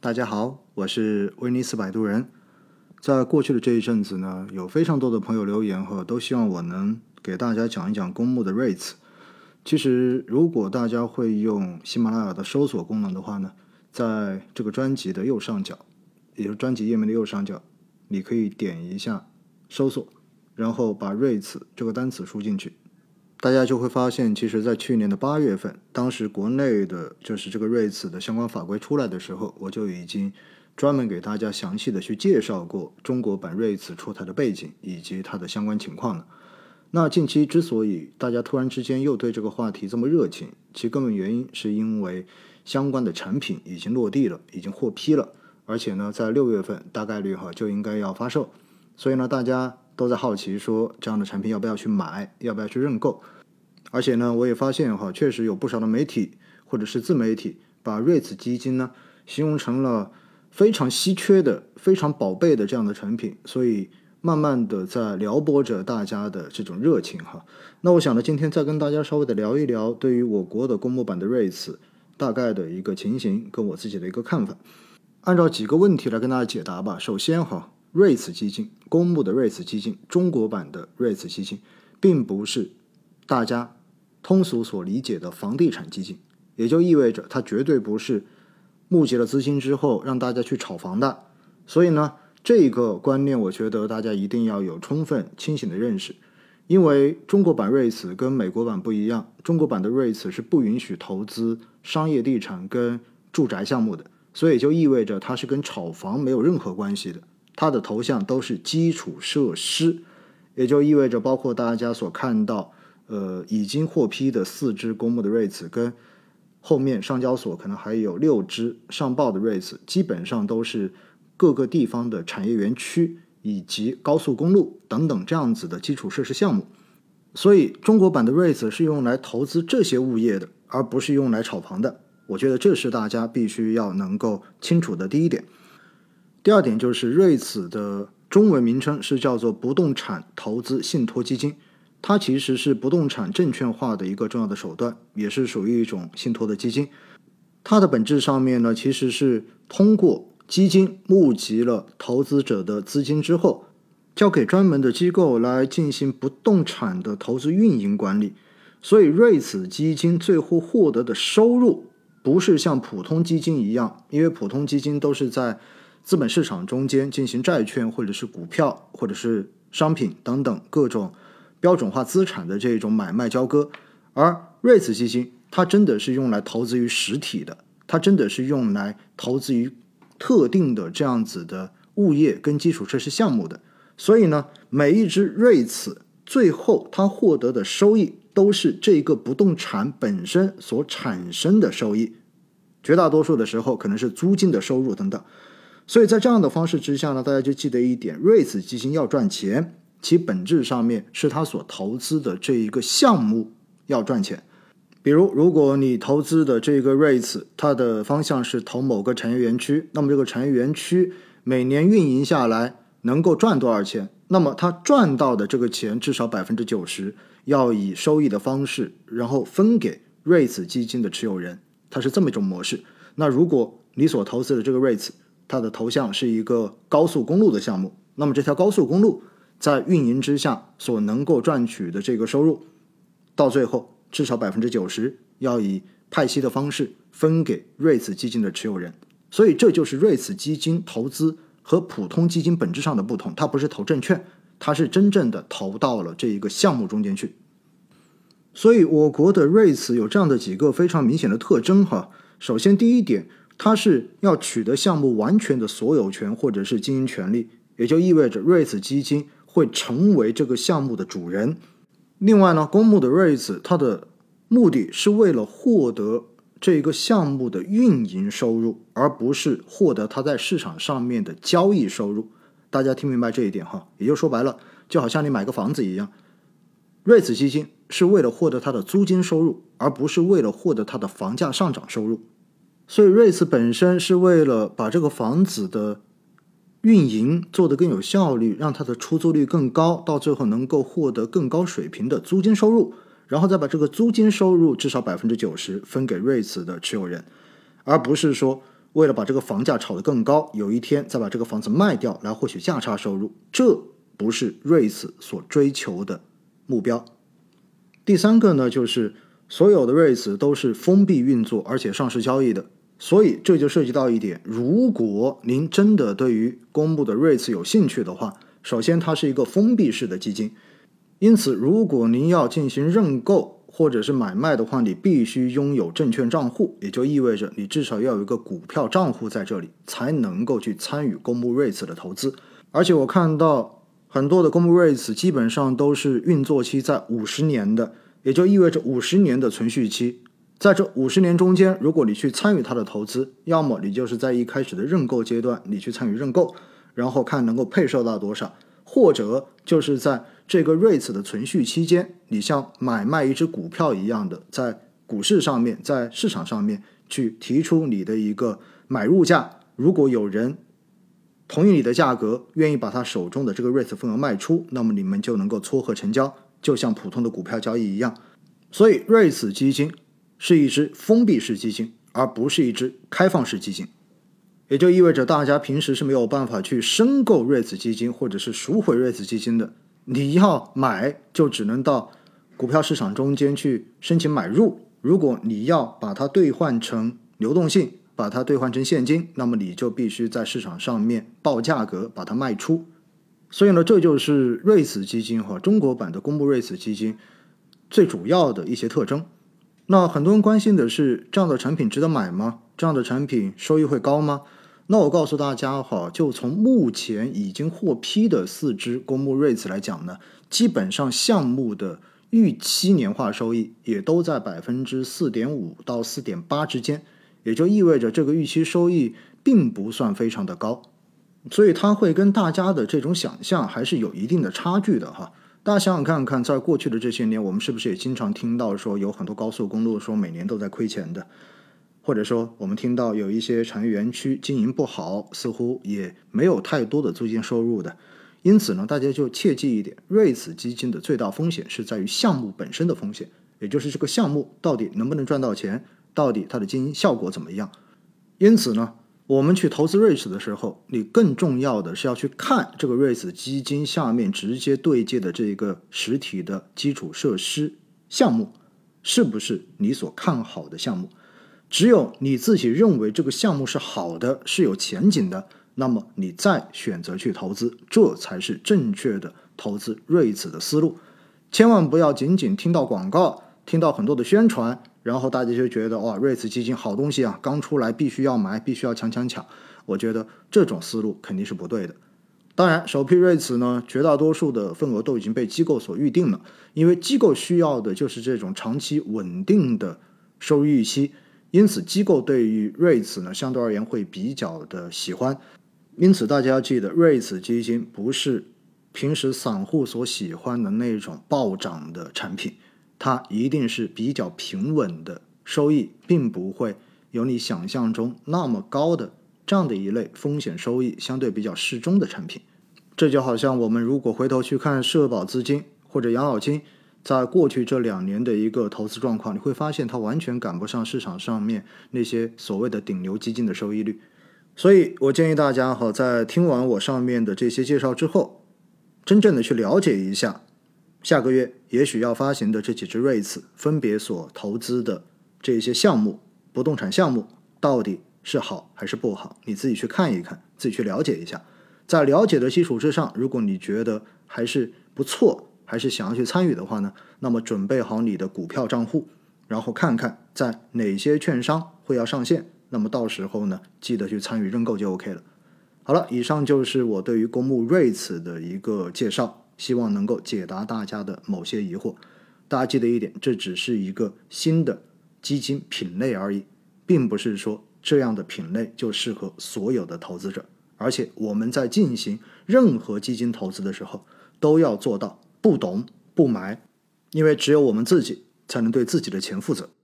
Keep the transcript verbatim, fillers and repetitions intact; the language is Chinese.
大家好，我是威尼斯摆渡人。在过去的这一阵子呢，有非常多的朋友留言和都希望我能给大家讲一讲公募的 REITs。其实如果大家会用喜马拉雅的搜索功能的话呢，在这个专辑的右上角，也就是专辑页面的右上角，你可以点一下搜索，然后把 REITs 这个单词输进去，大家就会发现，其实在去年的八月份，当时国内的就是这个 REITs 的相关法规出来的时候，我就已经专门给大家详细的去介绍过中国版 REITs 出台的背景以及它的相关情况了。那近期之所以大家突然之间又对这个话题这么热情，其根本原因是因为相关的产品已经落地了，已经获批了，而且呢，在六月份大概率哈就应该要发售，所以呢，大家都在好奇说这样的产品要不要去买，要不要去认购。而且呢，我也发现哈，确实有不少的媒体或者是自媒体把 REITs 基金呢形容成了非常稀缺的、非常宝贝的这样的产品，所以慢慢的在撩拨着大家的这种热情哈。那我想呢，今天再跟大家稍微的聊一聊对于我国的公募版的 REITs 大概的一个情形跟我自己的一个看法。按照几个问题来跟大家解答吧。首先哈 REITs 基金，公募的 REITs 基金，中国版的 REITs 基金并不是大家通俗所理解的房地产基金，也就意味着它绝对不是募集了资金之后让大家去炒房的。所以呢，这个观念我觉得大家一定要有充分清醒的认识。因为中国版 REITs 跟美国版不一样，中国版的 REITs 是不允许投资商业地产跟住宅项目的，所以就意味着它是跟炒房没有任何关系的，它的投向都是基础设施，也就意味着包括大家所看到呃，已经获批的四只公募的 REITs 跟后面上交所可能还有六只上报的 REITs， 基本上都是各个地方的产业园区以及高速公路等等这样子的基础设施项目。所以中国版的 REITs 是用来投资这些物业的，而不是用来炒房的。我觉得这是大家必须要能够清楚的第一点。第二点就是 REITs 的中文名称是叫做不动产投资信托基金，它其实是不动产证券化的一个重要的手段，也是属于一种信托的基金。它的本质上面呢，其实是通过基金募集了投资者的资金之后，交给专门的机构来进行不动产的投资运营管理。所以 REITs 基金最后获得的收入不是像普通基金一样，因为普通基金都是在资本市场中间进行债券或者是股票或者是商品等等各种标准化资产的这种买卖交割，而 REITs 基金它真的是用来投资于实体的，它真的是用来投资于特定的这样子的物业跟基础设施项目的。所以呢，每一只 REITs 最后它获得的收益都是这个不动产本身所产生的收益，绝大多数的时候可能是租金的收入等等。所以在这样的方式之下呢，大家就记得一点， REITs 基金要赚钱，其本质上面是他所投资的这一个项目要赚钱。比如如果你投资的这个 REITs 它的方向是投某个产业园区，那么这个产业园区每年运营下来能够赚多少钱，那么它赚到的这个钱至少 百分之九十 要以收益的方式然后分给 REITs 基金的持有人，它是这么一种模式。那如果你所投资的这个 REITs 它的投向是一个高速公路的项目，那么这条高速公路在运营之下所能够赚取的这个收入，到最后至少 百分之九十 要以派息的方式分给 REITs 基金的持有人。所以这就是 REITs 基金投资和普通基金本质上的不同，它不是投证券，它是真正的投到了这一个项目中间去。所以我国的 REITs 有这样的几个非常明显的特征哈。首先第一点，它是要取得项目完全的所有权或者是经营权利，也就意味着 REITs 基金会成为这个项目的主人。另外呢，公募的 REITs 它的目的是为了获得这个项目的运营收入，而不是获得它在市场上面的交易收入。大家听明白这一点哈？也就说白了，就好像你买个房子一样， REITs 基金是为了获得它的租金收入，而不是为了获得它的房价上涨收入。所以 REITs 本身是为了把这个房子的运营做得更有效率，让它的出租率更高，到最后能够获得更高水平的租金收入，然后再把这个租金收入至少 百分之九十 分给 REITs 的持有人，而不是说为了把这个房价炒得更高，有一天再把这个房子卖掉来获取价差收入，这不是 REITs 所追求的目标。第三个呢，就是所有的 REITs 都是封闭运作而且上市交易的，所以这就涉及到一点，如果您真的对于公募的 REITs 有兴趣的话，首先它是一个封闭式的基金，因此如果您要进行认购或者是买卖的话，你必须拥有证券账户，也就意味着你至少要有一个股票账户在这里，才能够去参与公募 REITs 的投资。而且我看到很多的公募 REITs 基本上都是运作期在五十年的，也就意味着五十年的存续期。在这五十年中间，如果你去参与它的投资，要么你就是在一开始的认购阶段你去参与认购，然后看能够配售到多少，或者就是在这个 REITs 的存续期间，你像买卖一只股票一样的，在股市上面，在市场上面去提出你的一个买入价，如果有人同意你的价格，愿意把他手中的这个 REITs 份额卖出，那么你们就能够撮合成交，就像普通的股票交易一样。所以 REITs 基金是一只封闭式基金，而不是一只开放式基金，也就意味着大家平时是没有办法去申购 REITs 基金或者是赎回 REITs 基金的，你要买就只能到股票市场中间去申请买入，如果你要把它兑换成流动性，把它兑换成现金，那么你就必须在市场上面报价格把它卖出。所以呢，这就是 REITs 基金和中国版的公募 REITs 基金最主要的一些特征。那很多人关心的是，这样的产品值得买吗？这样的产品收益会高吗？那我告诉大家哈，就从目前已经获批的四只公募 REITs 来讲呢，基本上项目的预期年化收益也都在 百分之四点五 到 四点八 之间，也就意味着这个预期收益并不算非常的高，所以它会跟大家的这种想象还是有一定的差距的哈。大家想想看看，在过去的这些年，我们是不是也经常听到说有很多高速公路说每年都在亏钱的，或者说我们听到有一些产业园区经营不好，似乎也没有太多的租金收入的。因此呢，大家就切记一点， REITs 基金的最大风险是在于项目本身的风险，也就是这个项目到底能不能赚到钱，到底它的经营效果怎么样。因此呢，我们去投资 REITs 的时候，你更重要的是要去看这个 REITs 基金下面直接对接的这个实体的基础设施项目是不是你所看好的项目。只有你自己认为这个项目是好的，是有前景的，那么你再选择去投资，这才是正确的投资 REITs 的思路。千万不要仅仅听到广告，听到很多的宣传，然后大家就觉得哇 REITs 基金好东西啊，刚出来必须要买，必须要抢抢抢。我觉得这种思路肯定是不对的。当然首批 REITs 呢，绝大多数的份额都已经被机构所预定了，因为机构需要的就是这种长期稳定的收益预期，因此机构对于 REITs 呢相对而言会比较的喜欢。因此大家要记得， REITs 基金不是平时散户所喜欢的那种暴涨的产品，它一定是比较平稳的收益，并不会有你想象中那么高的这样的一类风险收益相对比较适中的产品。这就好像我们如果回头去看社保资金或者养老金在过去这两年的一个投资状况，你会发现它完全赶不上市场上面那些所谓的顶流基金的收益率。所以我建议大家哈，在听完我上面的这些介绍之后，真正的去了解一下下个月也许要发行的这几只 REITs 分别所投资的这些项目，不动产项目到底是好还是不好，你自己去看一看，自己去了解一下。在了解的基础之上，如果你觉得还是不错，还是想要去参与的话呢，那么准备好你的股票账户，然后看看在哪些券商会要上线，那么到时候呢，记得去参与认购就 OK 了。好了，以上就是我对于公募 REITs 的一个介绍，希望能够解答大家的某些疑惑。大家记得一点，这只是一个新的基金品类而已，并不是说这样的品类就适合所有的投资者。而且我们在进行任何基金投资的时候，都要做到不懂不买，因为只有我们自己才能对自己的钱负责。